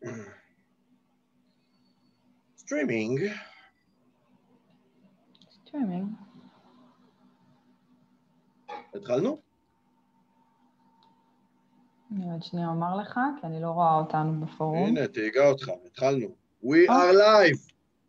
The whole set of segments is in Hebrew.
סטרימינג. התחלנו? אני עוד שנייה אומר לך, כי אני לא רואה אותנו בפורום. הנה, תהיגה אותך, התחלנו. We are live.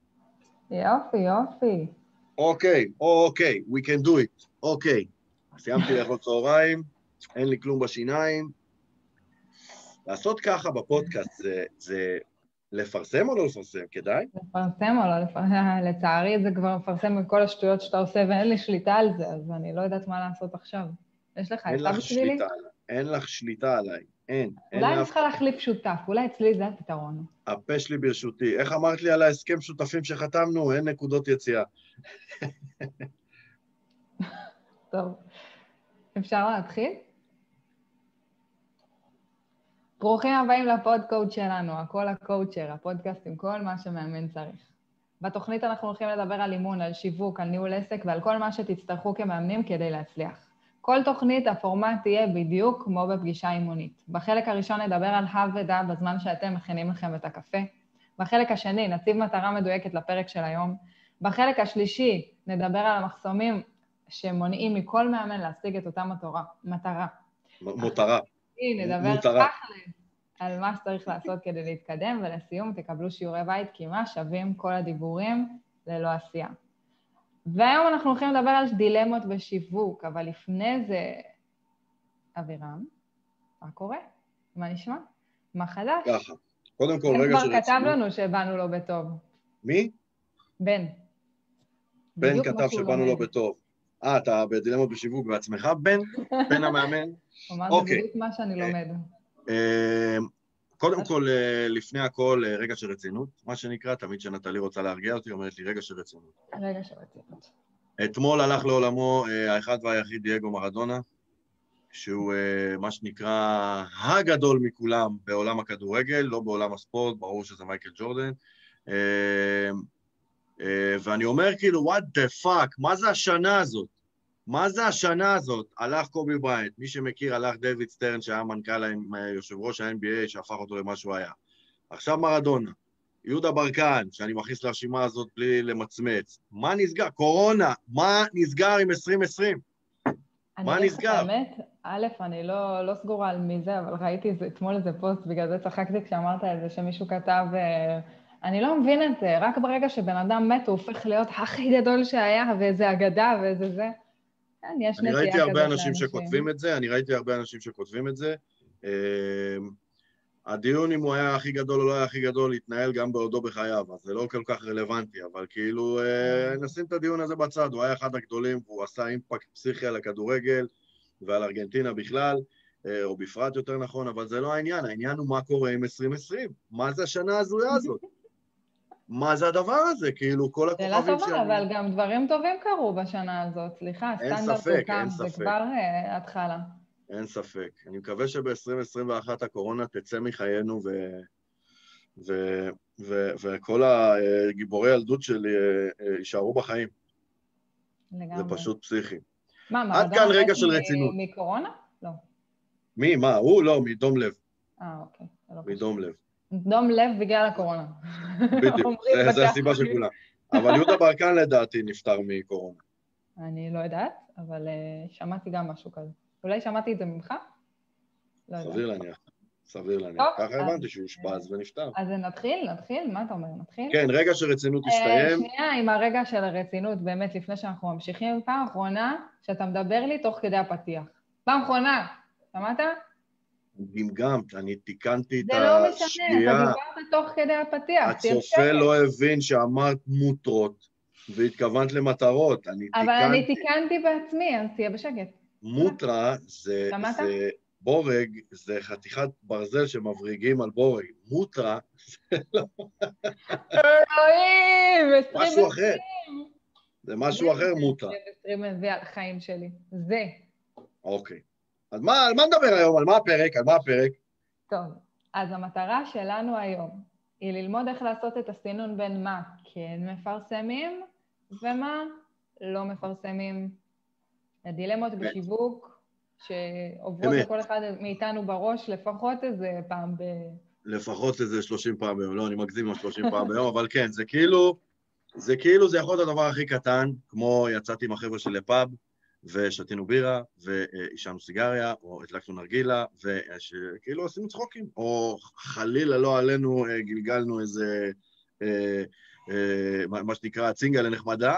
יופי. אוקיי, we can do it. אוקיי. סיימתי לאכול צהריים, אין לי כלום בשיניים. לעשות ככה בפודקאסט זה לפרסם או לא לפרסם? כדאי? לפרסם או לא לפרסם? לצערי זה כבר מפרסם מכל השטויות שאתה עושה ואין לי שליטה על זה, אז אני לא יודעת מה לעשות עכשיו. יש לך עצה בשבילי? אין לך שליטה עליי. אין. אולי אני צריכה להחליף שותף, אולי אצלי זה הפתרון. הפה שלי ברשותי. איך אמרת לי על ההסכם שותפים שחתמנו? אין נקודות יציאה. טוב, אפשר להתחיל? ברוכים הבאים לפודקאסט שלנו, הכל הקואוצ'ר, הפודקאסט עם כל מה שמאמן צריך. בתוכנית אנחנו הולכים לדבר על אימון, על שיווק, על ניהול עסק ועל כל מה שתצטרכו כמאמנים כדי להצליח. כל תוכנית, הפורמט תהיה בדיוק כמו בפגישה אימונית. בחלק הראשון נדבר על הוודא בזמן שאתם מכינים לכם את הקפה. בחלק השני נציב מטרה מדויקת לפרק של היום. בחלק השלישי נדבר על המחסומים שמונעים מכל מאמן להשיג את אותה מטרה. מותרה. נדבר תכל'ס על מה שצריך לעשות כדי להתקדם, ולסיום תקבלו שיעורי בית, כי מה שווים כל הדיבורים ללא עשייה. והיום אנחנו הולכים לדבר על דילמות בשיווק, אבל לפני זה, אבירם, מה קורה? מה נשמע? מה חדש? ככה. קודם כל, רגע כבר כתב לנו שבאנו לו בטוב. מי? בן. בן כתב שבאנו לו בטוב. אתה בדילמות בשיווק בעצמך, בן המאמן? אמרנו בדיוק מה שאני לומד. קודם כל, לפני הכל, רגע של רצינות, מה שנקרא, תמיד שנטלי רוצה להרגיע אותי, אומרת לי רגע של רצינות. רגע של רצינות. אתמול הלך לעולמו האחד והיחיד דייגו מרדונה, שהוא מה שנקרא הגדול מכולם בעולם הכדורגל, לא בעולם הספורט, ברור שזה מייקל ג'ורדן. ואני אומר כאילו, what the fuck, מה זה השנה הזאת? מה זה השנה הזאת? הלך קובי בריינט, מי שמכיר, הלך דיוויד סטרן, שהיה מנכ"ל יושב ראש ה-NBA, שהפך אותו למה שהוא היה. עכשיו מרדונה, יהודה ברקן, שאני מכניס לרשימה הזאת בלי למצמץ. מה נסגר? קורונה, מה נסגר עם 2020? מה נסגר? האמת, א', אני לא סגורה על מי זה, אבל ראיתי אתמול איזה פוסט, בגלל זה צחקתי כשאמרת את זה, שמישהו כתב, אני לא מבין את זה, רק ברגע שבן אדם מת, הוא הופך להיות הכי גדול שהיה, ואיזה אגדה, ואיזה זה. אני ראיתי הרבה אנשים שכותבים את זה. הדיון אם הוא היה הכי גדול או לא היה הכי גדול, התנהל גם בעודו בחייו, אז זה לא כל כך רלוונטי, אבל כאילו נשים את הדיון הזה בצד, הוא היה אחד הגדולים, והוא עשה אימפקט פסיכי על הכדורגל ועל ארגנטינה בכלל, או בפרט יותר נכון, אבל זה לא העניין, העניין הוא מה קורה עם 2020, מה זה השנה הזויה הזאת? מה זה הדבר הזה? כאילו, כל הכוכבים שאלה טובה, אבל גם דברים טובים קרו בשנה הזאת. סליחה, סטנדרט הוקם, זה כבר התחלה. אין ספק. אני מקווה שב-2021 הקורונה תצא מחיינו, וכל הגיבורי ילדות שלי יישארו בחיים. לגמרי. זה פשוט פסיכי. מה, עד כאן רגע של רצינות. מקורונה? לא. מי? מה? הוא? לא, מדום לב. אוקיי. מדום לב. דום לב בגלל הקורונה. בדיוק, זה הסיבה של כולם. אבל יהודה ברקן לדעתי נפטר מקורונה. אני לא יודעת, אבל שמעתי גם משהו כזה. אולי שמעתי את זה ממך? סביר להניח. ככה הבנתי שהוא אושפז ונפטר. אז נתחיל? מה אתה אומר? נתחיל? כן, רגע של רצינות תסתיים. שנייה, עם הרגע של הרצינות, באמת, לפני שאנחנו ממשיכים, פעם אחרונה שאתה מדבר לי תוך כדי הפתיח. פעם אחרונה, שמעת? גמגמת, אני תיקנתי את השגיאה. זה לא משנה, אתה דיברת תוך כדי הפתיח. הצופה לא הבין שאמרת מוטרות, והתכוונת למטרות. אבל אני תיקנתי בעצמי, אז תהיה בשקט. מוטרה זה בורג, זה חתיכת ברזל שמבריגים על בורג. מוטרה זה לא... אלוהים! משהו אחר. זה משהו אחר, מוטרה. זה מביא על החיים שלי. זה. אוקיי. אז על מה נדבר היום? על מה הפרק? טוב, אז המטרה שלנו היום היא ללמוד איך לעשות את הסינון בין מה כן מפרסמים ומה לא מפרסמים. הדילמות בשיווק שעוברות לכל אחד מאיתנו בראש לפחות איזה פעם לפחות איזה 30 פעם ביום, לא, אני מגזים עם 30 פעם ביום, אבל כן, זה זה יכול להיות הדבר הכי קטן, כמו יצאתי עם החבר'ה של לפאב, ושתינו בירה, ואישנו סיגריה, או הדלקנו נרגילה, וכאילו עשינו צחוקים, או חלילה לא עלינו, גלגלנו איזה, מה שנקרא, צינגלה נחמדה,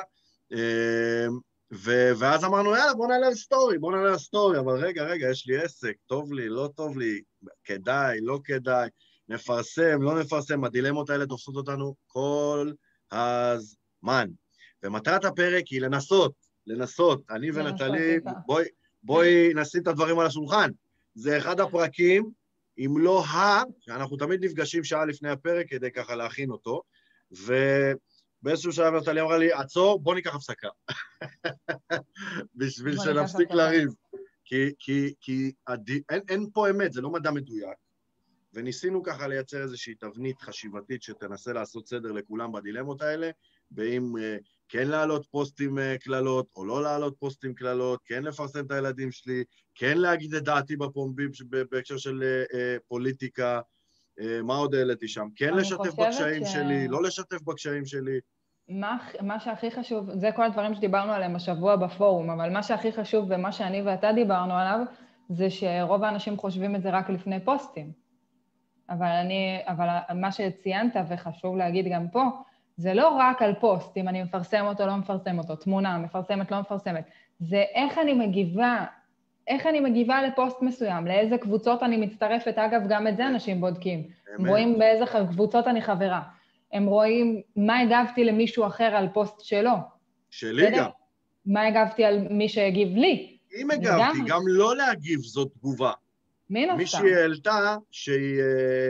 ואז אמרנו, יאללה, בוא נעלה לסטורי, אבל רגע, יש לי עסק, טוב לי, לא טוב לי, כדאי, לא כדאי, נפרסם, לא נפרסם, הדילמות האלה תופסות אותנו כל הזמן. ומטרת הפרק היא לנסות, אני ונטלי, בואי נשים את הדברים על השולחן. זה אחד הפרקים, אם לא שאנחנו תמיד נפגשים שעה לפני הפרק כדי ככה להכין אותו, ובאיזשהו שלב נטלי אמרה לי, עצור, בוא ניקח הפסקה. בשביל שנפסיק לריב. כי אין פה אמת, זה לא מדע מדויק. וניסינו ככה לייצר איזושהי תבנית חשיבתית שתנסה לעשות סדר לכולם בדילמות האלה, באם כן להעלות פוסטים כללות, או לא להעלות פוסטים כללות, כן לפרסם את הילדים שלי, כן להגיד את דעתי בפומבים בהקשר של פוליטיקה, מה עוד העליתי שם? כן לשתף בקשיים שלי, לא לשתף בקשיים שלי. מה שהכי חשוב, זה כל הדברים שדיברנו עליהם השבוע בפורום, אבל מה שהכי חשוב ומה שאני ואתה דיברנו עליו, זה שרוב האנשים חושבים את זה רק לפני פוסטים. אבל מה שציינת וחשוב להגיד גם פה, זה לא רק על פוסט, אם אני מפרסם אותו, לא מפרסם אותו, תמונה, מפרסמת, לא מפרסמת. זה איך אני מגיבה לפוסט מסוים, לאיזה קבוצות אני מצטרפת, אגב, גם את זה אנשים בודקים. הם רואים באיזה קבוצות אני חברה. הם רואים מה הגבתי למישהו אחר על פוסט שלו. שלי גם. מה הגבתי על מי שהגיב לי. אם הגבתי, גם לא להגיב זאת תגובה. מישהי העלתה שהיא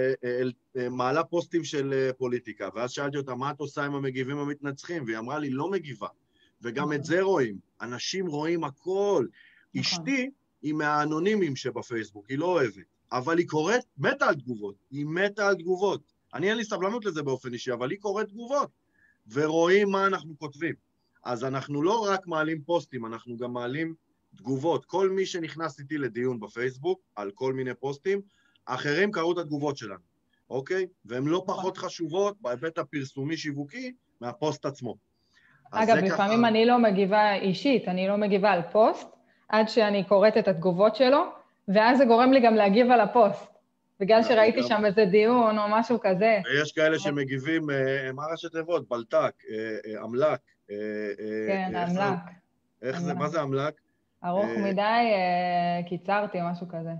מעלה פוסטים של פוליטיקה, ואז שאלתי אותה, מה את עושה עם המגיבים המתנצחים? והיא אמרה לי, לא מגיבה. וגם את זה רואים. אנשים רואים הכל. אשתי היא מהאנונימים שבפייסבוק, היא לא אוהבת, אבל היא קוראת, מתה על תגובות. היא מתה על תגובות. אני אין לי סבלנות לזה באופן אישי, אבל היא קוראת תגובות. ורואים מה אנחנו כותבים. אז אנחנו לא רק מעלים פוסטים, אנחנו גם מעלים תגובות. כל מי שנכנס איתי לדיון בפייסבוק, על כל מיני פוסטים, אחרים קראו את התגובות שלנו, אוקיי? והן לא פחות חשובות בהיבט הפרסומי-שיווקי מהפוסט עצמו. אגב, לפעמים אני לא מגיבה אישית, אני לא מגיבה על פוסט, עד שאני קוראת את התגובות שלו, ואז זה גורם לי גם להגיב על הפוסט. בגלל שראיתי שם איזה דיון או משהו כזה. ויש כאלה שמגיבים, מה ראשי תיבות? בלטק, אמלק. כן, אמלק. איך זה? מה זה אמלק? ארוך מדי, קיצרתי, משהו כזה.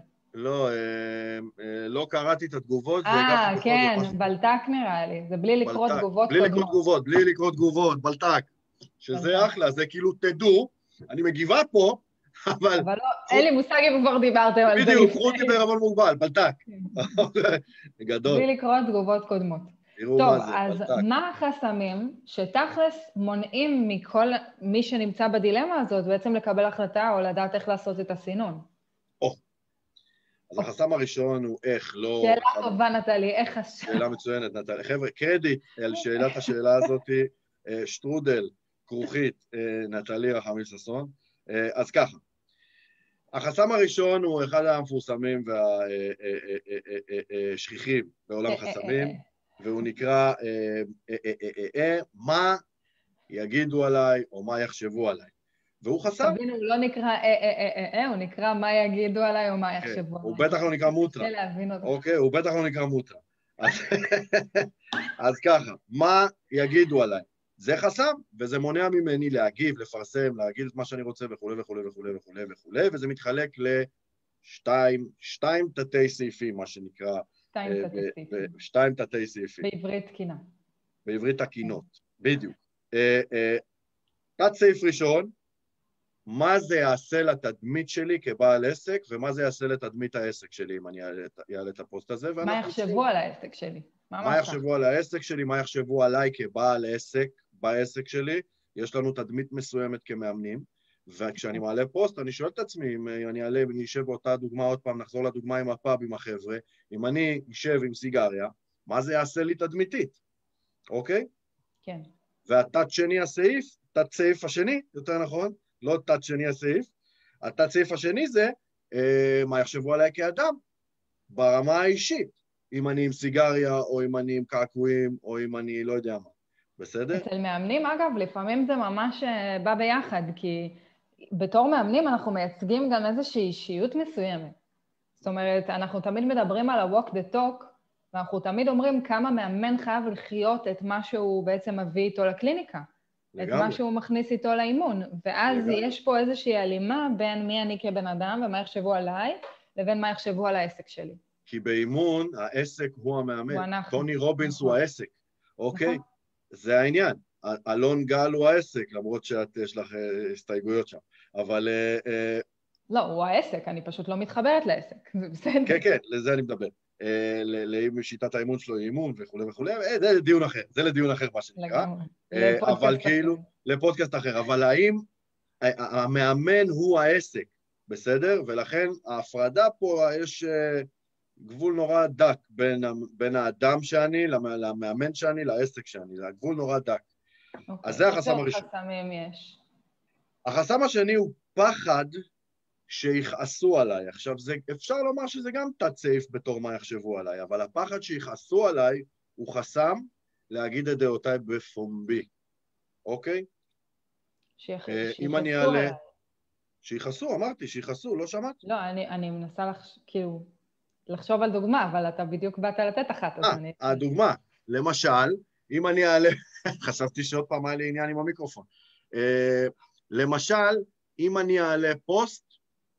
לא קראתי את התגובות. כן, בלטק נראה לי. זה בלי לקרוא תגובות קודמות. בלי לקרוא תגובות, בלטק. שזה אחלה, זה כאילו תדעו, אני מגיבה פה, אבל לא, אין לי מושג אם כבר דיברתם על זה. בדיוק, קחו אותי בערבון מוגבל, בלטק. גדול. בלי לקרוא תגובות קודמות. טוב, אז מה החסמים שתכלס מונעים מכל מי שנמצא בדילמה הזאת בעצם לקבל החלטה או לדעת איך לעשות את הסינון? אז החסם הראשון הוא איך, לא... שאלה טובה, נטלי, איך... שאלה מצוינת, נטלי. חבר'ה, קרדיט על שאלת השאלה הזאת, שטרודל, כרוכית, נטלי רחמים ששון. אז ככה, החסם הראשון הוא אחד המפורסמים והשכיחים בעולם החסמים, והוא נקרא מה יגידו עליי או מה יחשבו עליי. והוא חסם. תבינו, הוא לא נקרא הוא נקרא מה יגידו עליי או מה יחשבו עליי. הוא בטח לא נקרא מוטרה. כדי להבין אותו. אוקיי, הוא בטח לא נקרא מוטרה. אז ככה, מה יגידו עליי? זה חסם, וזה מונע ממני להגיב, לפרסם, להגיד את מה שאני רוצה וכו' וכו' וכו' וכו' וכו', וזה מתחלק לשתיים תתי סעיפים, מה שנקרא. שתיים תתי סעיפים. בעברית תקינה. בעברית תקינות, בדיוק. תת סעיף ראשון, מה זה יעשה לתדמית שלי כבעל עסק, ומה זה יעשה לתדמית העסק שלי, אם אני אעלה את הפוסט הזה. מה יחשבו על העסק שלי? מה יחשבו על העסק שלי, מה יחשבו עליי כבעל עסק, בעסק שלי, יש לנו תדמית מסוימת כמאמנים, וכשאני מעלה פוסט, אני שואל את עצמי, אם אני אעלה, אני אשב באותה דוגמה, עוד פעם נחזור לדוגמה עם הפאב, עם החבר'ה, אם אני אשב עם סיגריה, מה זה יעשה לי תדמיתית? אוקיי? כן. והתת שני הסעיף, תת סעיף השני, יותר נכון, לא תת שני הסעיף, התת סעיף השני זה, מה יחשבו עליי כאדם, ברמה האישית. אם אני עם סיגריה, או אם אני עם קעקועים, או אם אני לא יודע מה. בסדר? אצל מאמנים, אגב, לפעמים זה ממש בא ביחד, כי בתור מאמנים אנחנו מייצגים גם איזושהי אישיות מסוימת. זאת אומרת, אנחנו תמיד מדברים על ה-walk the talk, ואנחנו תמיד אומרים כמה מאמן חייב לחיות את מה שהוא בעצם מביא איתו לקליניקה. לגמרי. את מה שהוא מכניס איתו לאימון. ואז לגמרי. יש פה איזושהי הלימה בין מי אני כבן אדם ומה יחשבו עליי, לבין מה יחשבו על העסק שלי. כי באימון העסק הוא המאמן. טוני רובינס הוא העסק. אוקיי? זה העניין. אלון גל הוא העסק, למרות שיש לך הסתייגויות שם. אבל... לא, הוא העסק, אני פשוט לא מתחברת לעסק. זה בסדר. כן, כן, לזה אני מדבר. לשיטת האימון שלו, אימון וכו' וכו', זה לדיון אחר, זה לדיון אחר מה שנקרא. אבל כאילו, לפודקאסט אחר. אבל האם המאמן הוא העסק, בסדר? ולכן ההפרדה פה, יש גבול נורא דק בין האדם שאני, למאמן שאני, לעסק שאני. זה הגבול נורא דק. אז זה החסם הראשון. איזה חסמים יש? החסם השני הוא פחד שיכעסו עליי. עכשיו, אפשר לומר שזה גם תת-סעיף בתור מה יחשבו עליי, אבל הפחד שיכעסו עליי הוא חסם להגיד את דעותיי בפומבי. אוקיי? אם אני אעלה... שיכעסו, אמרתי, שיכעסו, לא שמעת? לא, אני מנסה כאילו לחשוב על דוגמה, אבל אתה בדיוק באת לתת אחת. הדוגמה, למשל, אם אני אעלה... חשבתי שעוד פעם היה לי עניין עם המיקרופון. למשל, אם אני אעלה פוסט,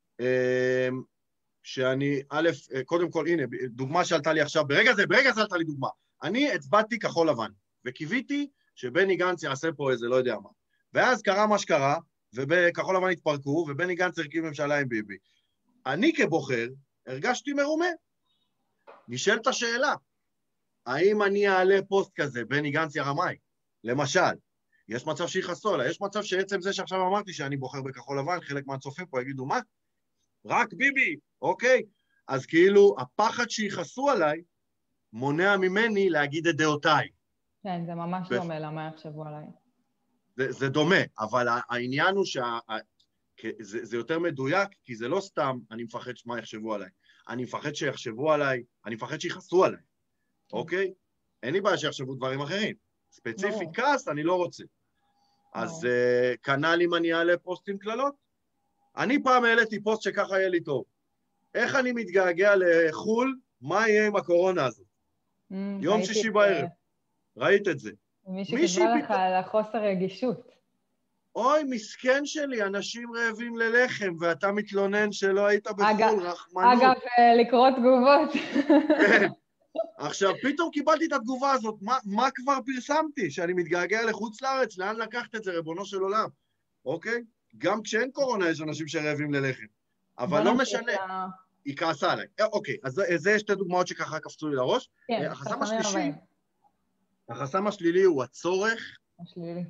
שאני, א', קודם כל, הנה, דוגמה שעלתה לי עכשיו, ברגע זה עלתה לי דוגמה. אני הצבעתי כחול לבן, וקיוויתי שבני גנץ יעשה פה איזה, לא יודע מה. ואז קרה מה שקרה, וכחול לבן התפרקו, ובני גנץ הרכיב ממשלה עם ביבי. אני כבוחר, הרגשתי מרומה. נשאלת השאלה, האם אני אעלה פוסט כזה, בני גנץ ירמאי? למשל, יש מצב שיחסו לה, יש מצב שעצם זה שעכשיו אמרתי שאני בוחר בכחול לבן, חלק מהצופים פה יגידו, מה? רק ביבי, אוקיי? אז כאילו, הפחד שיחסו עליי, מונע ממני להגיד את דעותיי. כן, זה ממש דומה למה יחשבו עליי. זה דומה, אבל העניין הוא זה יותר מדויק, כי זה לא סתם אני מפחד מה יחשבו עליי. אני מפחד שיחשבו עליי, אני מפחד שיחסו עליי, אוקיי? אין לי בעיה שיחשבו דברים אחרים. ספציפית כעס, אני לא רוצה. אז כנ"ל אם אני אעלה פוסטים כללות. אני פעם העליתי פוסט שככה יהיה לי טוב. איך אני מתגעגע לחול, מה יהיה עם הקורונה הזאת? יום שישי בערב. ראית את זה. מישהי כתבה לך על החוסר רגישות. אוי, מסכן שלי, אנשים רעבים ללחם, ואתה מתלונן שלא היית בחול, רחמנות. אגב, לקרוא תגובות. כן. עכשיו, פתאום קיבלתי את התגובה הזאת, מה כבר פרסמתי? שאני מתגעגע לחוץ לארץ, לאן לקחת את זה, ריבונו של עולם? אוקיי? גם כשאין קורונה יש אנשים שרעבים ללחם. אבל לא משנה, היא כעסה עליי. אוקיי, אז זה שתי דוגמאות שככה קפצו לי לראש. כן, החסם השלישי, החסם השלילי הוא הצורך... השלילי.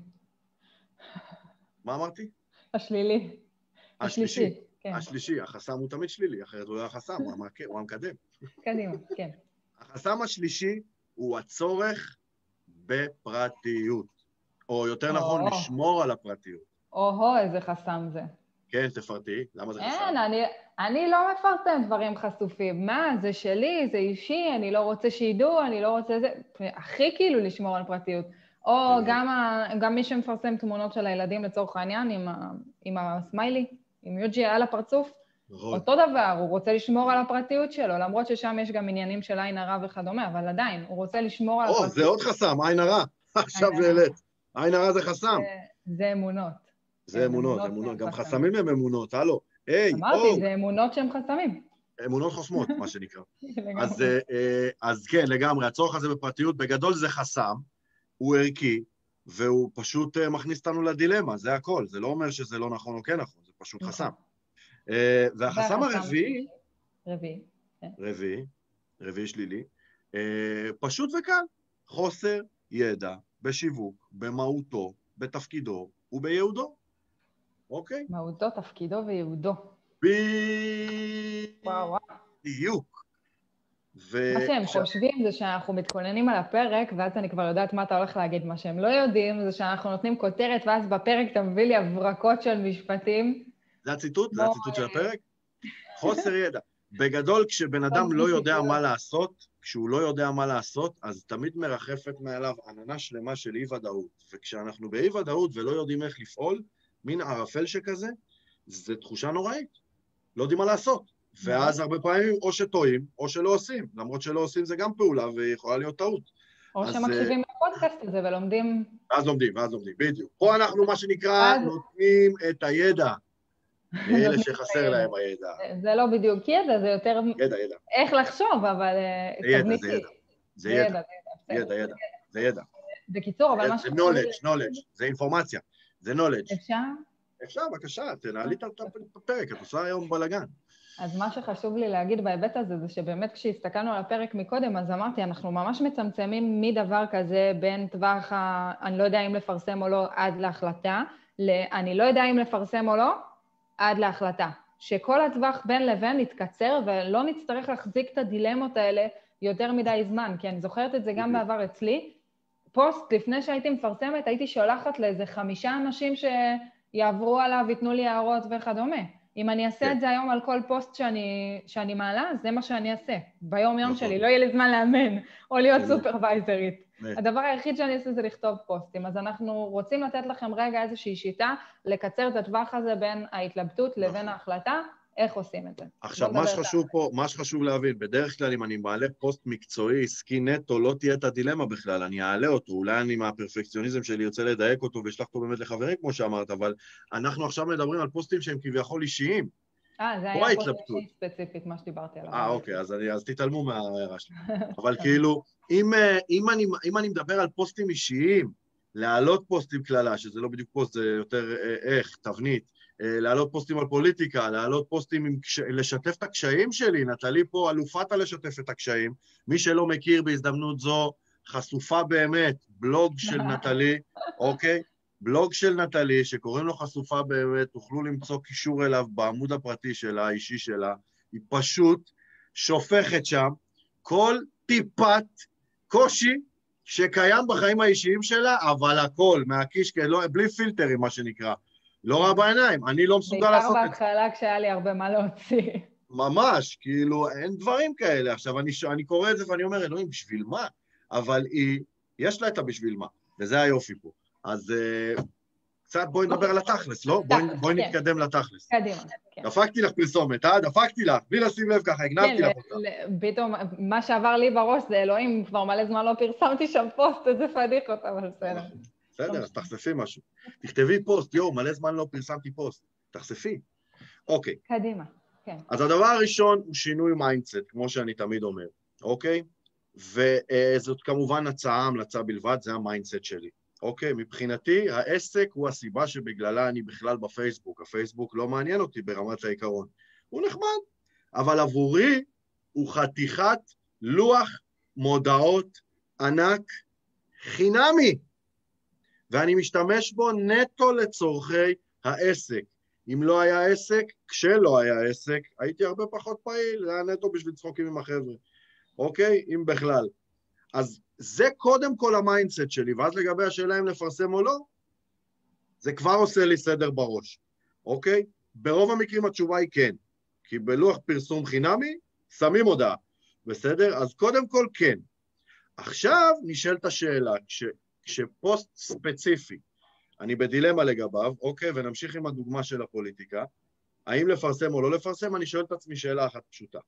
מה אמרתי? השלילי. השלישי. השלישי, החסם הוא תמיד שלילי, אחרת הוא לא החסם, הוא המקדם. קדימה, כן. החסם השלישי הוא הצורך בפרטיות, או יותר נכון, לשמור על הפרטיות. איזה חסם זה. כן, תפרטי, למה זה חסם? אין, אני לא מפרסם דברים חשופים. מה, זה שלי, זה אישי, אני לא רוצה שידעו, אני לא רוצה זה... הכי כאילו לשמור על פרטיות. או גם מי שמפרסם תמונות של הילדים לצורך העניין, עם הסמיילי, עם יוג'י על הפרצוף, אותו דבר, הוא רוצה לשמור על הפרטיות שלו, למרות ששם יש גם עניינים של עין הרע וכדומה, אבל עדיין, הוא רוצה לשמור על הפרטיות. זה עוד חסם, עין הרע. עכשיו זה העלית. עין הרע זה חסם. זה אמונות. זה אמונות. גם חסמים הם אמונות, הלו. אמרתי, זה אמונות שהם חסמים. אמונות חוסמות, מה שנקרא. אז כן, לגמרי, הצורך הזה בפרטיות, בגדול זה חסם, הוא ערכי, והוא פשוט מכניס אותנו לדילמה, זה הכל. זה לא אומר שזה לא נכון או כן נכון, זה פשוט חסם. והחסם הרביעי, רביעי שלילי, פשוט וקל, חוסר ידע בשיווק, במהותו, בתפקידו ובייעודו. אוקיי? מהותו, תפקידו ויעודו. בדיוק. מה שהם חושבים זה שאנחנו מתכוננים על הפרק, ואז אני כבר יודעת מה אתה הולך להגיד. מה שהם לא יודעים זה שאנחנו נותנים כותרת, ואז בפרק אתה מביא לי הברקות של משפטים. זה הציטוט? זה הציטוט של הפרק? חוסר ידע. בגדול, כשבן אדם לא יודע מה לעשות, כשהוא לא יודע מה לעשות, אז תמיד מרחפת מעליו עננה שלמה של אי-ודאות. וכשאנחנו באי-ודאות ולא יודעים איך לפעול, מין ערפל שכזה, זה תחושה נוראית. לא יודעים מה לעשות. ואז הרבה פעמים או שטועים, או שלא עושים. למרות שלא עושים זה גם פעולה, ויכולה להיות טעות. או שמקשיבים לפודקאסט הזה ולומדים. ואז לומדים, בדיוק. פה אנחנו, מה שנקרא, נותנים את הידע. לאלה שחסר להם הידע. זה לא בדיוק ידע, זה יותר ידע. איך לחשוב, אבל תבניתי. זה ידע. בקיצור, אבל מה זה knowledge, זה אינפורמציה, זה knowledge. אפשר? אפשר, בבקשה, תנהלי את הפרק, את עושה היום בלגן. אז מה שחשוב לי להגיד בהיבט הזה, זה שבאמת כשהסתכלנו על הפרק מקודם, אז אמרתי, אנחנו ממש מצמצמים מדבר כזה בין טווח אני לא יודע אם לפרסם או לא עד להחלטה, אני לא יודע אם לפרסם או לא, עד להחלטה. שכל הטווח בין לבין יתקצר, ולא נצטרך להחזיק את הדילמות האלה יותר מדי זמן, כי אני זוכרת את זה גם בעבר אצלי. פוסט, לפני שהייתי מפרסמת, הייתי שולחת לאיזה 5 אנשים שיעברו עליו, ויתנו לי הערות וכדומה. אם אני אעשה את זה היום על כל פוסט שאני מעלה, זה מה שאני אעשה. ביום יום שלי, לא יהיה לי זמן לאמן, או להיות סופרוויזרית. הדבר היחיד שאני אעשה זה לכתוב פוסטים. אז אנחנו רוצים לתת לכם רגע איזושהי שיטה, לקצר את הטווח הזה בין ההתלבטות לבין ההחלטה, איך עושים את זה. עכשיו, מה שחשוב להבין, בדרך כלל אם אני מעלה פוסט מקצועי, עסקי נטו, לא תהיה את הדילמה בכלל, אני אעלה אותו, אולי אני מהפרפקציוניזם שלי ירצה לדייק אותו וישלח אותו באמת לחברים, כמו שאמרת, אבל אנחנו עכשיו מדברים על פוסטים שהם כביכול אישיים. זה היה פוסט אישי ספציפית, מה שדיברתי עליו. אוקיי, אז תתעלמו מההערה שלי. אבל כאילו, אם אני מדבר על פוסטים אישיים, להעלות פוסטים כללה, שזה לא בדיוק פוסט, זה יותר תבנית, להעלות פוסטים על פוליטיקה, להעלות פוסטים, לשתף את הקשיים שלי, נטלי פה אלופת על לשתף את הקשיים, מי שלא מכיר בהזדמנות זו, חשופה באמת, בלוג של נטלי, אוקיי? בלוג של נטלי, שקוראים לו חשופה באמת, תוכלו למצוא קישור אליו בעמוד הפרטי שלה, האישי שלה, היא פשוט שופכת שם כל טיפת קושי שקיים בחיים האישיים שלה, אבל הכל, מהקיש, בלי פילטרים, מה שנקרא. לא רע בעיניים, אני לא מסוגל לעשות את זה. בעיקר בהתחלה כשהיה לי הרבה מה להוציא. ממש, כאילו, אין דברים כאלה. עכשיו, אני קורא את זה ואני אומר, אלוהים, בשביל מה? אבל יש לה את הבשביל מה, וזה היופי פה. אז קצת בואי נדבר על התכלס, לא? בואי נתקדם לתכלס. קדימה, כן. דפקתי לך פרסומת, דפקתי לך, בלי לשים לב ככה, הגנבתי לך אותה. פתאום, מה שעבר לי בראש זה אלוהים, כבר מלא זמן לא פרסמתי שם פוסט, איזה פדיחות, אבל בסדר. בסדר, אז תחשפי משהו. תכתבי פוסט, מלא זמן לא פרסמתי פוסט. תחשפי. אוקיי. קדימה, כן. אז הדבר הראשון הוא שינוי מיינדסט, כמו שאני תמיד אומר, אוקיי? וזאת כמובן המלצה בלבד, זה המיינדסט שלי. אוקיי, מבחינתי, העסק הוא הסיבה שבגללה אני בכלל בפייסבוק. הפייסבוק לא מעניין אותי ברמת העיקרון. הוא נחמד, אבל עבורי הוא חתיכת לוח מודעות ענק חינמי. ואני משתמש בו נטו לצורכי העסק. אם לא היה עסק, כשלא היה עסק, הייתי הרבה פחות פעיל, זה היה נטו בשביל צחוקים עם החבר'ה. אוקיי? אם בכלל. אז זה קודם כל המיינדסט שלי, ואז לגבי השאלה אם לפרסם או לא, זה כבר עושה לי סדר בראש. אוקיי? ברוב המקרים התשובה היא כן. כי בלוח פרסום חינמי, שמים הודעה. בסדר? אז קודם כל כן. עכשיו נשאלת השאלה, כשפוסט ספציפי, אני בדילמה לגביו, אוקיי, ונמשיך עם הדוגמה של הפוליטיקה, האם לפרסם או לא לפרסם, אני שואל את עצמי שאלה אחת פשוטה.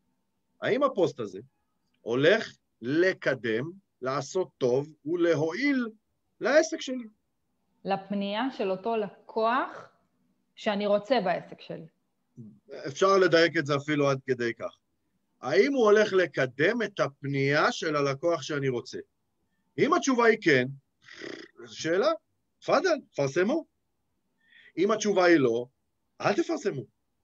האם הפוסט הזה הולך לקדם, לעשות טוב ולהועיל לעסק שלי? לפנייה של אותו לקוח שאני רוצה בעסק שלי. אפשר לדייק את זה אפילו עד כדי כך. האם הוא הולך לקדם את הפנייה של הלקוח שאני רוצה? אם התשובה היא כן, זו שאלה, תפדל, תפרסמו. אם התשובה היא לא, אל תפרסמו.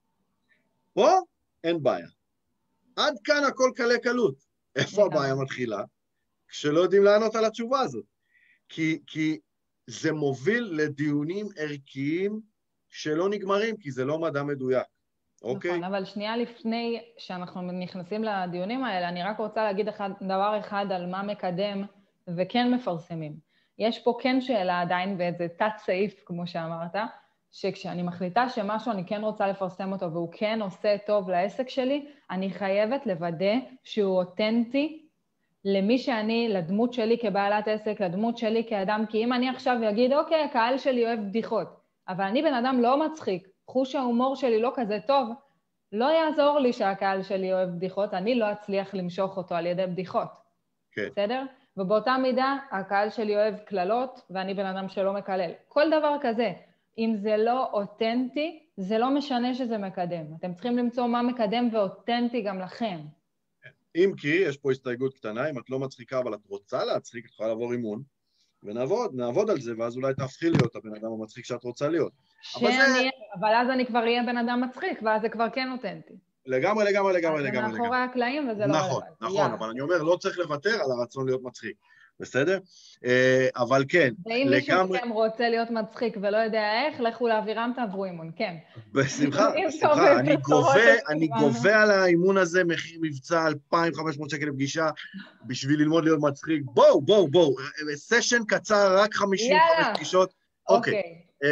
פה אין בעיה. עד כאן הכל קלה קלות. איפה הבעיה מתחילה? כשלא יודעים לענות על התשובה הזאת. כי זה מוביל לדיונים ערכיים שלא נגמרים, כי זה לא מדע מדויק. אוקיי? נכון, אבל שנייה לפני שאנחנו נכנסים לדיונים האלה, אני רק רוצה להגיד דבר אחד על מה מקדם וכן מפרסמים. יש פה כן שאלה עדיין, ואיזה תת סעיף, כמו שאמרת, שכשאני מחליטה שמשהו אני כן רוצה לפרסם אותו, והוא כן עושה טוב לעסק שלי, אני חייבת לוודא שהוא אותנטי למי שאני, לדמות שלי כבעלת עסק, לדמות שלי כאדם, כי אם אני עכשיו אגיד, אוקיי, הקהל שלי אוהב בדיחות, אבל אני בן אדם לא מצחיק, חוש ההומור שלי לא כזה טוב, לא יעזור לי שהקהל שלי אוהב בדיחות, אני לא אצליח למשוך אותו על ידי בדיחות. כן. בסדר? ובאותה מידה, הקהל שלי אוהב כללות, ואני בן אדם שלא מקלל. כל דבר כזה, אם זה לא אותנטי, זה לא משנה שזה מקדם. אתם צריכים למצוא מה מקדם ואותנטי גם לכם. אם כי, יש פה הסתייגות קטנה, אם את לא מצחיקה, אבל את רוצה להצחיק, את יכולה לעבור אימון, ונעבוד על זה, ואז אולי תהפכי להיות הבן אדם המצחיק שאת רוצה להיות. אבל אז אני כבר אהיה בן אדם מצחיק, ואז זה כבר כן אותנטי. לגמרי. זה מאחורי הקלעים וזה לא רלוונטי. נכון, אבל אני אומר, לא צריך לוותר על הרצון להיות מצחיק, בסדר? אבל כן, ואם מישהו מכם רוצה להיות מצחיק ולא יודע איך, לכו לאווירם תעברו אימון, כן. בשמחה, אני גובה על האימון הזה מחיר מבצע 2,500 שקל לפגישה, בשביל ללמוד להיות מצחיק. בואו, סשן קצר, רק 55 פגישות. אוקיי.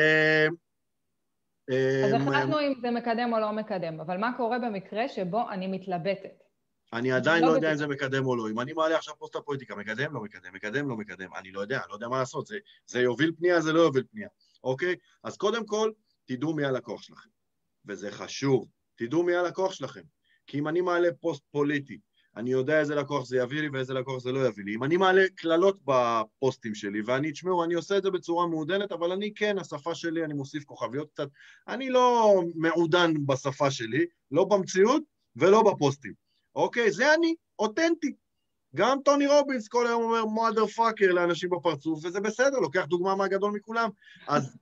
אז החלטנו אם זה מקדם או לא מקדם, אבל מה קורה במקרה שבו אני מתלבטת? אני עדיין לא יודע אם זה מקדם או לא. אם אני מעלה עכשיו פוסט הפוליטיקה, מקדם, לא מקדם, אני לא יודע מה לעשות. זה יוביל פנייה, זה לא יוביל פנייה. אוקיי? אז קודם כל, תדעו מי הלקוח שלכם. וזה חשוב. תדעו מי הלקוח שלכם. כי אם אני מעלה פוסט פוליטי, אני יודע איזה לקוח זה יביא לי ואיזה לקוח זה לא יביא לי. אם אני מעלה כללות בפוסטים שלי, ואני, תשמעו, אני עושה את זה בצורה מעודנת, אבל אני כן, השפה שלי, אני מוסיף כוכביות קצת, אני לא מעודן בשפה שלי, לא במציאות ולא בפוסטים. אוקיי, זה אני, אותנטי. גם טוני רובינס כל היום אומר mother fucker לאנשים בפרצוף, וזה בסדר, לוקח דוגמה מהגדול מכולם. אז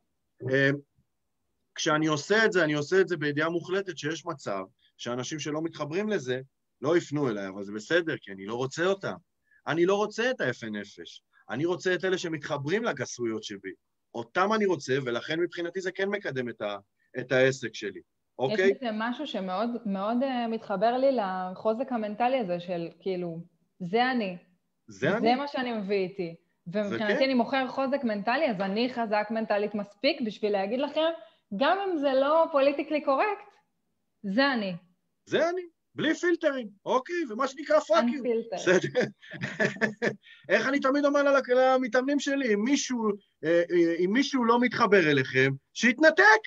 כשאני עושה את זה, אני עושה את זה בידיעה מוחלטת שיש מצב שאנשים שלא מתחברים לזה, לא יפנו אליי, אבל זה בסדר, כי אני לא רוצה אותם. אני לא רוצה את היפה נפש. אני רוצה את אלה שמתחברים לגסויות שבי. אותם אני רוצה, ולכן מבחינתי זה כן מקדם את העסק שלי. אוקיי? יש בזה משהו שמאוד מאוד מתחבר לי לחוזק המנטלי הזה של כאילו, זה אני. זה מה שאני מביא איתי. ומבחינתי אני מוכר חוזק מנטלי, אז אני חזק מנטלית מספיק בשביל להגיד לכם, גם אם זה לא פוליטיקלי קורקט, זה אני. זה אני. בלי פילטרים, אוקיי, ומה שנקרא פאק יו. איך אני תמיד אומר למתאמנים שלי, אם מישהו לא מתחבר אליכם, שיתנתק.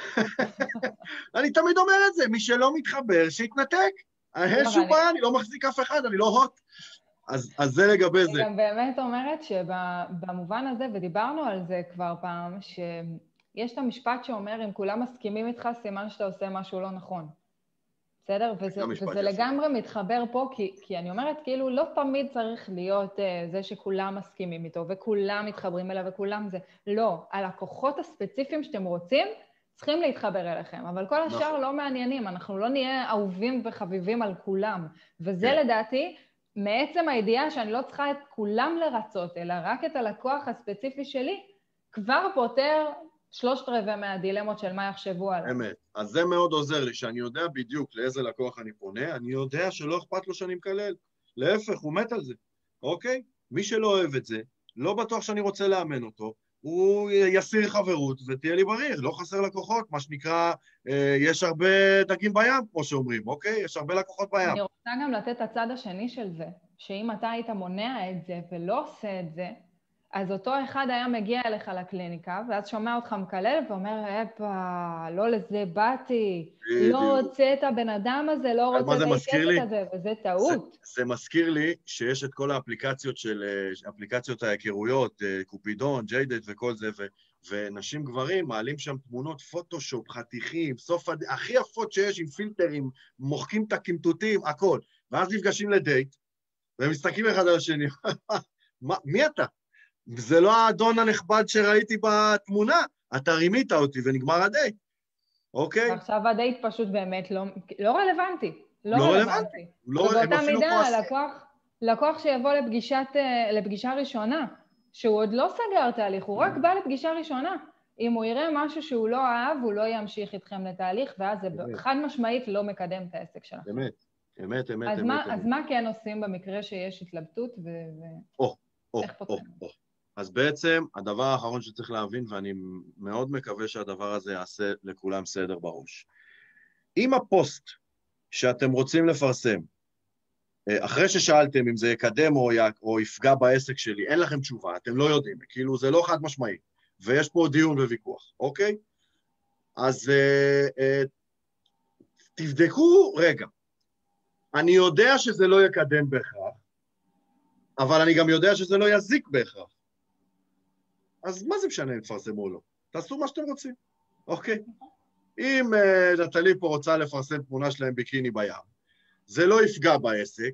אני תמיד אומר את זה, מי שלא מתחבר, שיתנתק. אין שום בעיה, אני לא מחזיק אף אחד, אני לא הוט. אז זה לגבי זה. אני גם באמת אומרת שבמובן הזה, ודיברנו על זה כבר פעם, שיש את המשפט שאומר, אם כולם מסכימים איתך, סימן שאתה עושה משהו לא נכון. בסדר? וזה לגמרי מתחבר פה, כי אני אומרת, כאילו, לא תמיד צריך להיות זה שכולם מסכימים איתו, וכולם מתחברים אליו, וכולם זה. לא, הלקוחות הספציפיים שאתם רוצים, צריכים להתחבר אליכם, אבל כל השאר לא מעניינים, אנחנו לא נהיה אהובים וחביבים על כולם, וזה לדעתי, מעצם הידיעה שאני לא צריכה את כולם לרצות, אלא רק את הלקוח הספציפי שלי, כבר פותר 3/4 מהדילמות של מה יחשבו עליו. אמת. אז זה מאוד עוזר לי, שאני יודע בדיוק לאיזה לקוח אני פונה, אני יודע שלא אכפת לו שאני מקלל. להפך, הוא מת על זה. אוקיי? מי שלא אוהב את זה, לא בטוח שאני רוצה לאמן אותו, הוא יסיר חברות ותהיה לי בריר, לא חסר לקוחות, מה שנקרא, יש הרבה דגים בים, כמו שאומרים, אוקיי? יש הרבה לקוחות בים. אני רוצה גם לתת את הצד השני של זה, שאם אתה היית מונע את זה ולא עושה את זה, אז אותו אחד היה מגיע אליך לקליניקה, ואז שומע אותך מקלל ואומר, לא לזה באתי, לא רוצה את הבן אדם הזה, לא רוצה את הכסף הזה, וזה טעות. זה מזכיר לי שיש את כל האפליקציות אפליקציות ההיכרויות, קופידון, ג'יידט וכל זה, ונשים גברים מעלים שם תמונות פוטושופ, חתיכים, הכי יפות שיש עם פילטרים, מוחקים את הקמטוטים, הכל. ואז נפגשים לדייט, והם מסתכלים אחד על השני. מי אתה? זה לא האדון הנכבד שראיתי בתמונה, אתה רימית אותי ונגמר הדייט, אוקיי? עכשיו הדייט פשוט באמת לא רלוונטי. לא רלוונטי. ובאותה מידה, לקוח שיבוא לפגישה ראשונה, שהוא עוד לא סגר תהליך, הוא רק בא לפגישה ראשונה. אם הוא יראה משהו שהוא לא אהב, הוא לא ימשיך איתכם לתהליך, ואז זה חד משמעית לא מקדם את העסק שלכם. אמת. אז מה כן עושים במקרה שיש התלבטות ואיך פותרים? אז בעצם הדבר האחרון שצריך להבין, ואני מאוד מקווה שהדבר הזה יעשה לכולם סדר בראש. אם הפוסט שאתם רוצים לפרסם, אחרי ששאלתם אם זה יקדם או יפגע בעסק שלי, אין לכם תשובה, אתם לא יודעים, כאילו זה לא חד משמעי, ויש פה דיון וויכוח, אוקיי? אז תבדקו רגע. אני יודע שזה לא יקדם בהכרח, אבל אני גם יודע שזה לא יזיק בהכרח. אז מה זה משנה אם תפרסמו או לא? תעשו מה שאתם רוצים, אוקיי? אם נטלי פה רוצה לפרסם תמונה שלהם ביקיני בים, זה לא יפגע בעסק,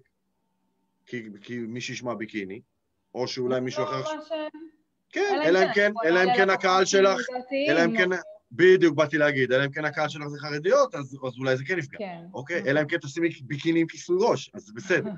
כי מי שישמע ביקיני, או שאולי מישהו אחר... כן, אלא אם כן הקהל שלך, אלא אם כן, בדיוק באתי להגיד, אלא אם כן הקהל שלך זה חרדיות, אז אולי זה כן יפגע, אוקיי? אלא אם כן תשימי ביקיני עם כיסוי ראש, אז זה בסדר.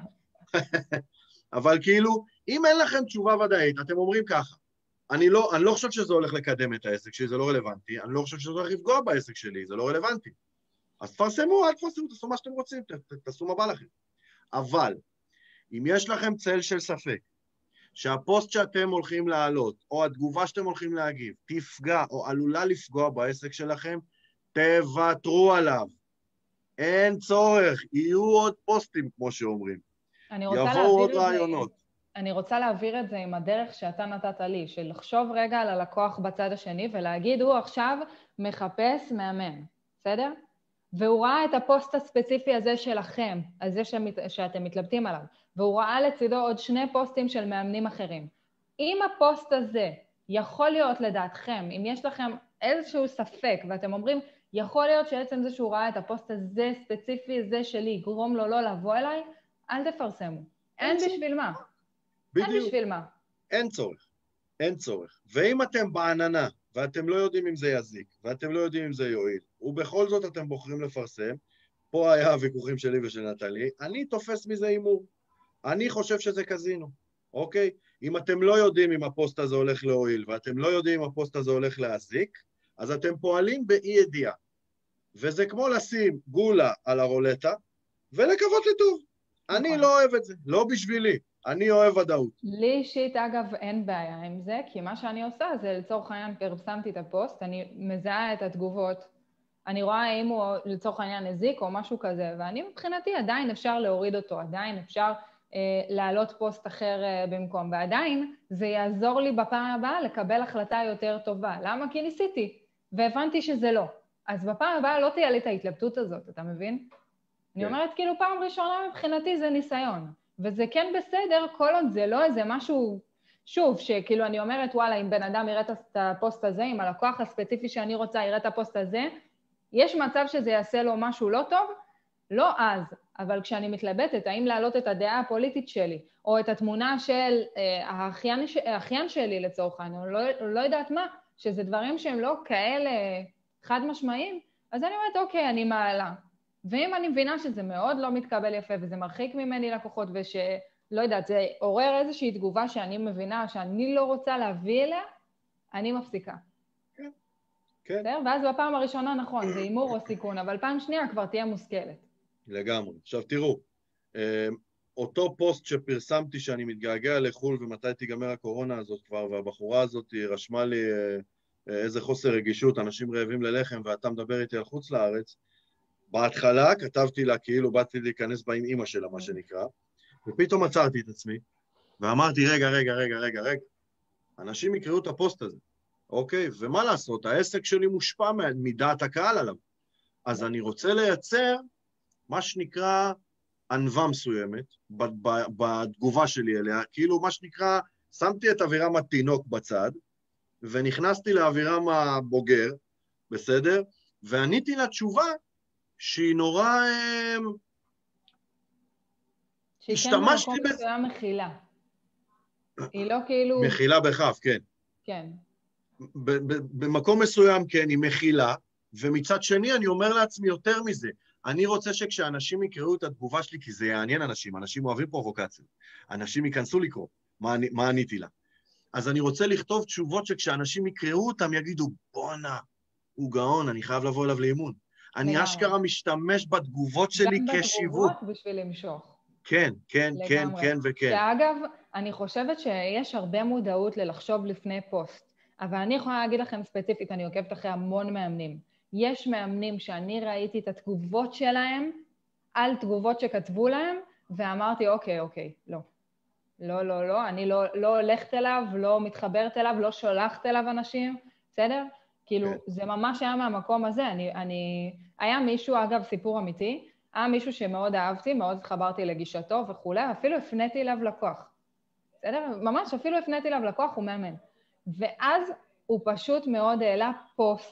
אבל כאילו, אם אין לכם תשובה ודאית, אתם אומרים ככה, אני לא חושב שזה הולך לקדם את העסק שלי, זה לא רלוונטי, אני לא חושב שזה הולך לפגוע בעסק שלי, זה לא רלוונטי. אז תפרסמו, אל תפרסמו, תעשו מה שאתם רוצים, תעשו מה בא לכם. אבל, אם יש לכם צל של ספק, שהפוסט שאתם הולכים להעלות, או התגובה שאתם הולכים להגיב, תפגע או עלולה לפגוע בעסק שלכם, תוותרו עליו. אין צורך, יהיו עוד פוסטים, כמו שאומרים. יבואו עוד רעיונות. אני רוצה להעביר את זה עם הדרך שאתה נתת לי, של לחשוב רגע על הלקוח בצד השני, ולהגיד, הוא עכשיו מחפש מאמן, בסדר? והוא ראה את הפוסט הספציפי הזה שלכם, הזה שאתם מתלבטים עליו, והוא ראה לצידו עוד 2 פוסטים של מאמנים אחרים. אם הפוסט הזה יכול להיות לדעתכם, אם יש לכם איזשהו ספק, ואתם אומרים, יכול להיות שעצם זה שהוא ראה את הפוסט הזה ספציפי, זה שלי, גרום לו לא לבוא אליי, אל תפרסמו. אין בשביל מה. בדיוק. אין בשביל מה. אין צורך. אין צורך. ואם אתם בעננה, ואתם לא יודעים אם זה יזיק, ואתם לא יודעים אם זה יועיל, ובכל זאת אתם בוחרים לפרסם, פה היה הוויכוחים שלי ושל נטלי, אני תופס מזה אימור. אני חושב שזה קזינו, אוקיי? אם אתם לא יודעים אם הפוסט הזה הולך להועיל, ואתם לא יודעים אם הפוסט הזה הולך להזיק, אז אתם פועלים באי ידיעה. וזה כמו לשים גולה על הרולטה, ולקוות לטוב. אני לא אוהב את זה, לא בשבילי. אני אוהב ודאות. לי אישית, אגב, אין בעיה עם זה, כי מה שאני עושה זה לצורך העניין פרסמתי את הפוסט, אני מזהה את התגובות, אני רואה אם הוא לצורך העניין הזיק או משהו כזה, ואני מבחינתי עדיין אפשר להוריד אותו, עדיין אפשר להעלות פוסט אחר במקום, ועדיין זה יעזור לי בפעם הבאה לקבל החלטה יותר טובה. למה? כי ניסיתי, והבנתי שזה לא. אז בפעם הבאה לא תהיה לי את ההתלבטות הזאת, אתה מבין? אני אומרת, כאילו פעם ראשונה מבחינתי זה ניסיון. וזה כן בסדר, כל עוד זה לא איזה משהו, שוב, שכאילו אני אומרת, וואלה, אם בן אדם יראה את הפוסט הזה, אם הלקוח הספציפי שאני רוצה יראה את הפוסט הזה, יש מצב שזה יעשה לו משהו לא טוב? לא אז, אבל כשאני מתלבטת, האם להעלות את הדעה הפוליטית שלי, או את התמונה של האחיין שלי לצורך העניין, או לא יודעת מה, שזה דברים שהם לא כאלה חד משמעיים, אז אני אומרת, אוקיי, אני מעלה. ואם אני מבינה שזה מאוד לא מתקבל יפה, וזה מרחיק ממני לקוחות, ושלא יודעת, זה עורר איזושהי תגובה שאני מבינה, שאני לא רוצה להביא אליה, אני מפסיקה. כן, כן. ואז בפעם הראשונה, נכון, זה אימור או סיכון, אבל פעם שנייה כבר תהיה מושכלת. לגמרי. עכשיו תראו, אותו פוסט שפרסמתי שאני מתגעגע לחול, ומתי תיגמר הקורונה הזאת כבר, והבחורה הזאת רשמה לי איזה חוסר רגישות, אנשים רעבים ללחם, ואתה מדבר איתי על חוץ לארץ, בהתחלה כתבתי לה, כאילו באתי להיכנס בה עם אמא שלה, מה שנקרא, ופתאום עצרתי את עצמי, ואמרתי, רגע, אנשים יקראו את הפוסט הזה, אוקיי? ומה לעשות, העסק שלי מושפע מדעת הקהל עליו. אז אני רוצה לייצר מה שנקרא ענווה מסוימת, בתגובה שלי אליה, כאילו מה שנקרא, שמתי את אבירם התינוק בצד, ונכנסתי לאבירם הבוגר, בסדר? ועניתי לה תשובה, שהיא נורא... שהיא כן במקום מסוים מכילה. היא לא כאילו... מכילה בכף, כן. כן. במקום מסוים, כן, היא מכילה, ומצד שני אני אומר לעצמי יותר מזה. אני רוצה שכשאנשים יקראו את התגובה שלי, כי זה יעניין אנשים, אנשים אוהבים פרובוקציות. אנשים ייכנסו לקרוא, מה עניתי לה. אז אני רוצה לכתוב תשובות שכשאנשים יקראו אותם, יגידו, בואנה, הוא גאון, אני חייב לבוא אליו לאימון. אני אשכרה משתמש בתגובות שלי כשיווק. גם בתגובות בשביל למשוך. כן, כן, כן, כן וכן. שאגב, אני חושבת שיש הרבה מודעות ללחשוב לפני פוסט, אבל אני יכולה להגיד לכם ספציפית, אני עוקבת אחרי המון מאמנים. יש מאמנים שאני ראיתי את התגובות שלהם על תגובות שכתבו להם, ואמרתי, אוקיי, לא. לא, אני לא הולכת אליו, לא מתחברת אליו, לא שולחת אליו אנשים, בסדר? כאילו, זה ממש היה מהמקום הזה. היה מישהו, אגב, סיפור אמיתי, היה מישהו שמאוד אהבתי, מאוד התחברתי לגישתו וכו', אפילו הפניתי אליו לקוח. בסדר? ממש, אפילו הפניתי אליו לקוח, הוא מאמן. ואז הוא פשוט מאוד העלה פוסט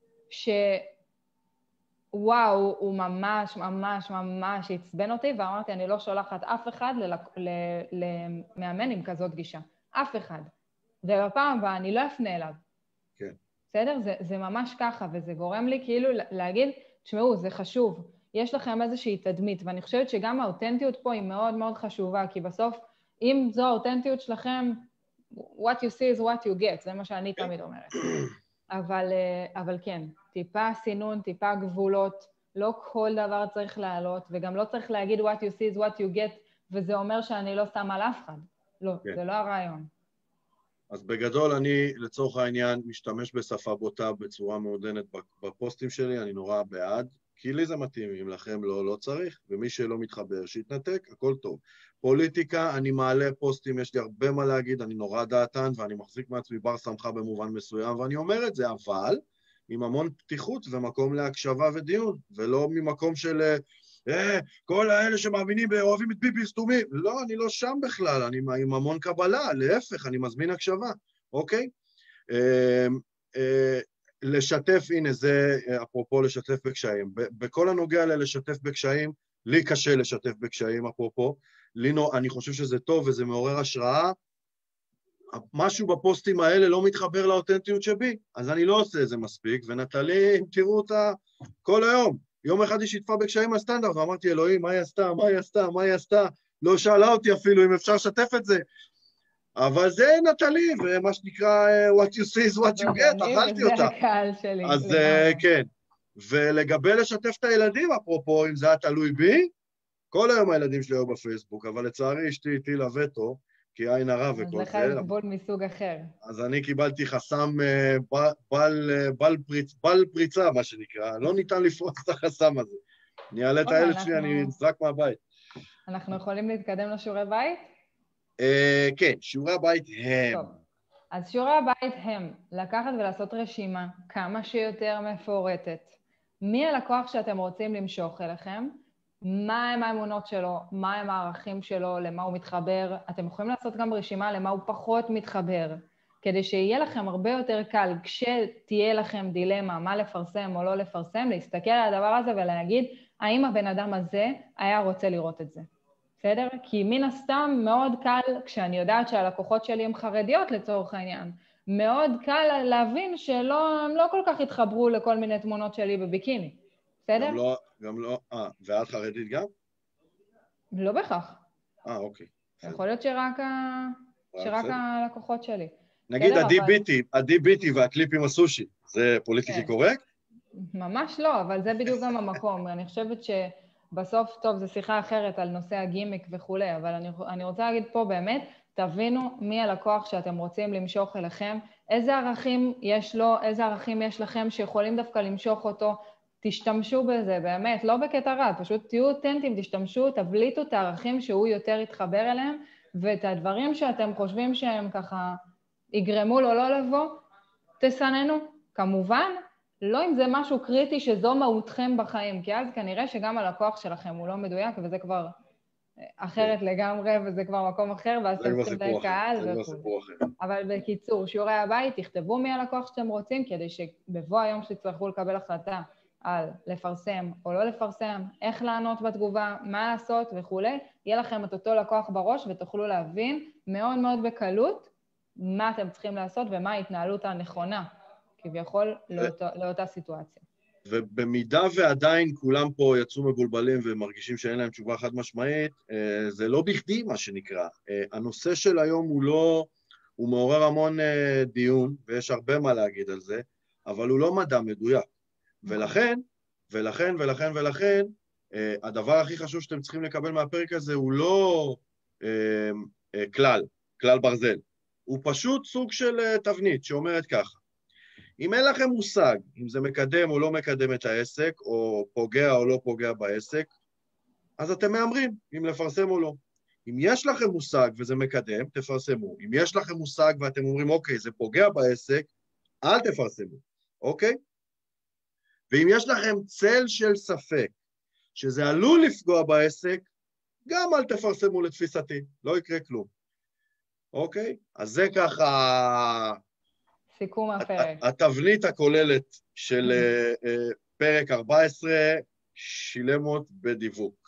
וואו, הוא ממש הצבן אותי, ואמרתי, אני לא שולחת אף אחד למאמן עם כזאת גישה. אף אחד. ובפעם הבאה אני לא אפנה אליו. כן. בסדר? זה ממש ככה, וזה גורם לי כאילו להגיד, תשמעו, זה חשוב. יש לכם איזושהי תדמית, ואני חושבת שגם האותנטיות פה היא מאוד מאוד חשובה, כי בסוף, אם זו האותנטיות שלכם, what you see is what you get, זה מה שאני תמיד אומרת. אבל כן, טיפה סינון, טיפה גבולות, לא כל דבר צריך לעלות, וגם לא צריך להגיד what you see is what you get, וזה אומר שאני לא שם על אף אחד. לא, כן. זה לא הרעיון. אז בגדול אני לצורך העניין משתמש בשפה בוטה בצורה מעודנת בפוסטים שלי, אני נורא בעד, כי לי זה מתאים, אם לכם לא צריך, ומי שלא מתחבר שיתנתק, הכל טוב. פוליטיקה, אני מעלה פוסטים, יש לי הרבה מה להגיד, אני נורא דעתן, ואני מחזיק מעצמי בר שמחה במובן מסוים, ואני אומר את זה, אבל עם המון פתיחות ומקום להקשבה ודיון, ולא ממקום של כל האלה שמאמינים ואוהבים את ביבי סתומים. לא, אני לא שם בכלל, אני עם המון קבלה, להפך, אני מזמין הקשבה, אוקיי? לשתף, הנה זה אפרופו לשתף בקשיים. בכל הנוגע ללשתף בקשיים, לי קשה לשתף בקשיים אפרופו, אני חושב שזה טוב וזה מעורר השראה, משהו בפוסטים האלה לא מתחבר לאותנטיות שבי, אז אני לא עושה את זה מספיק, ונטלי, אם תראו אותה כל היום, יום אחד היא שיתפה בקשיים הסטנדרט, ואמרתי, אלוהים, מה היא עשתה? לא שאלה אותי אפילו אם אפשר לשתף את זה, אבל זה נטלי, ומה שנקרא, what you see is what you get, אכלתי אותה. זה הקהל שלי. אז כן, ולגבי לשתף את הילדים, אפרופו, אם זה היה תלוי בי, כל היום הילדים שלי היו בפייסבוק, אבל לצערי אשתי איתי לווטו, כי עין הרע וכל זה. אז לך יש גבול מסוג אחר. אז אני קיבלתי חסם בל פריצה, מה שנקרא. לא ניתן לפרוץ את החסם הזה. אני אעלה את הילד שלי, אני נזרק מהבית. אנחנו יכולים להתקדם לשיעורי בית? כן, שיעורי הבית הם. טוב. אז שיעורי הבית הם לקחת ולעשות רשימה כמה שיותר מפורטת. מי הלקוח שאתם רוצים למשוך אליכם? מה הם האמונות שלו, מה הם הערכים שלו, למה הוא מתחבר. אתם יכולים לעשות גם רשימה למה הוא פחות מתחבר, כדי שיהיה לכם הרבה יותר קל, כשתהיה לכם דילמה מה לפרסם או לא לפרסם, להסתכל על הדבר הזה ולהגיד, האם הבן אדם הזה היה רוצה לראות את זה. בסדר? כי מן הסתם מאוד קל, כשאני יודעת שהלקוחות שלי הם חרדיות לצורך העניין, מאוד קל להבין שהם לא כל כך התחברו לכל מיני תמונות שלי בביקיני. בסדר? גם לא, ואת חרדית גם? לא בכך. אוקיי. יכול להיות שרק הלקוחות שלי. נגיד עדי ביטי והקליפ עם הסושי, זה פוליטיקלי קורקט? ממש לא, אבל זה בדיוק גם המקום. אני חושבת שבסוף, טוב, זו שיחה אחרת על נושא הגימיק וכו', אבל אני רוצה להגיד פה באמת, תבינו מי הלקוח שאתם רוצים למשוך אליכם, איזה ערכים יש לו, איזה ערכים יש לכם שיכולים דווקא למשוך אותו, תשתמשו בזה, באמת, לא בקטע רע, פשוט תהיו אותנטיים, תשתמשו, תבליטו את הערכים שהוא יותר יתחבר אליהם, ואת הדברים שאתם חושבים שהם ככה יגרמו לו לא לבוא, תסננו. כמובן, לא אם זה משהו קריטי שזו מהותכם בחיים, כי אז כנראה שגם הלקוח שלכם הוא לא מדויק, וזה כבר אחרת לגמרי, וזה כבר מקום אחר, ואז אתם צריכים את הקהל וכו'. אבל בקיצור, שיעורי הבית, תכתבו מי הלקוח שאתם רוצים, כדי שבבוא היום שתצטרכו לקבל החלטה על לפרסם או לא לפרסם, איך לענות בתגובה, מה לעשות וכו', יהיה לכם את אותו לקוח בראש, ותוכלו להבין מאוד מאוד בקלות מה אתם צריכים לעשות ומה ההתנהלות הנכונה, כביכול לאותה סיטואציה. ובמידה ועדיין כולם פה יצאו מבולבלים ומרגישים שאין להם תשובה חד משמעית, זה לא בכדי מה שנקרא. הנושא של היום הוא מעורר המון דיון, ויש הרבה מה להגיד על זה, אבל הוא לא מדע מדויק. ולכן, הדבר הכי חשוב שאתם צריכים לקבל מהפרק הזה הוא לא כלל ברזל, הוא פשוט סוג של תבנית שאומרת ככה, אם אין לכם מושג אם זה מקדם או לא מקדם את העסק, או פוגע או לא פוגע בעסק, אז אתם מאמרים אם לפרסם או לא. אם יש לכם מושג וזה מקדם, תפרסמו. אם יש לכם מושג ואתם אומרים, אוקיי, זה פוגע בעסק, אל תפרסמו, אוקיי? ואם יש לכם צל של ספק שזה עלול לפגוע בעסק, גם אל תפרסמו לתפיסתי, לא יקרה כלום. אוקיי? אז זה ככה... סיכום הפרק. התבנית הכוללת של פרק 14, שילמות בדיווק.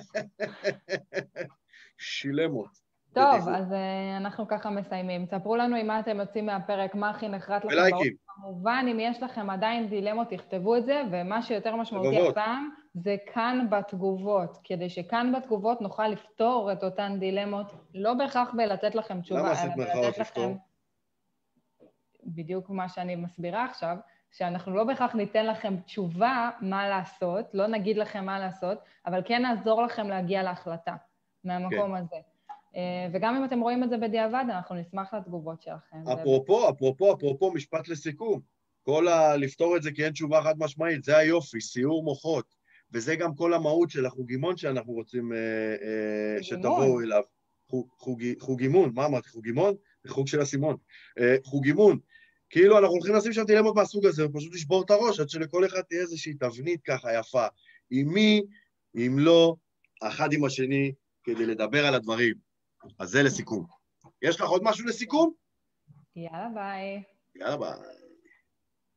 שילמות. טוב, אז אנחנו ככה מסיימים. תספרו לנו עם מה אתם יוצאים מהפרק, מה הכי נחרט לכם בראש. כמובן, אם יש לכם עדיין דילמות, תכתבו את זה, ומה שיותר משמעותי הפעם, זה כאן בתגובות, כדי שכאן בתגובות נוכל לפתור את אותן דילמות, לא בהכרח בלתת לכם תשובה. למה עשית מרכאות לפתור? בדיוק מה שאני מסבירה עכשיו, שאנחנו לא בהכרח ניתן לכם תשובה מה לעשות, לא נגיד לכם מה לעשות, אבל כן נעזור לכם להגיע להחלטה מהמקום הזה. וגם אם אתם רואים את זה בדיעבד, אנחנו נשמח לתגובות שלכם. אפרופו, משפט לסיכום. לפתור את זה כי אין תשובה חד משמעית, זה היופי, סיור מוחות, וזה גם כל המהות של החוגימון שאנחנו רוצים שתבואו אליו. חוגימון, מה אמרתי? חוגימון? חוג של הסימון. חוגימון. כאילו אנחנו הולכים לשים שם דילמות מהסוג הזה, ופשוט לשבור את הראש, עד שלכל אחד תהיה איזושהי תבנית ככה יפה. עם מי, עם לא, אחד עם השני, כדי לדבר על הדברים. אז זה לסיכום. יש לך עוד משהו לסיכום? יאללה ביי. יאללה ביי.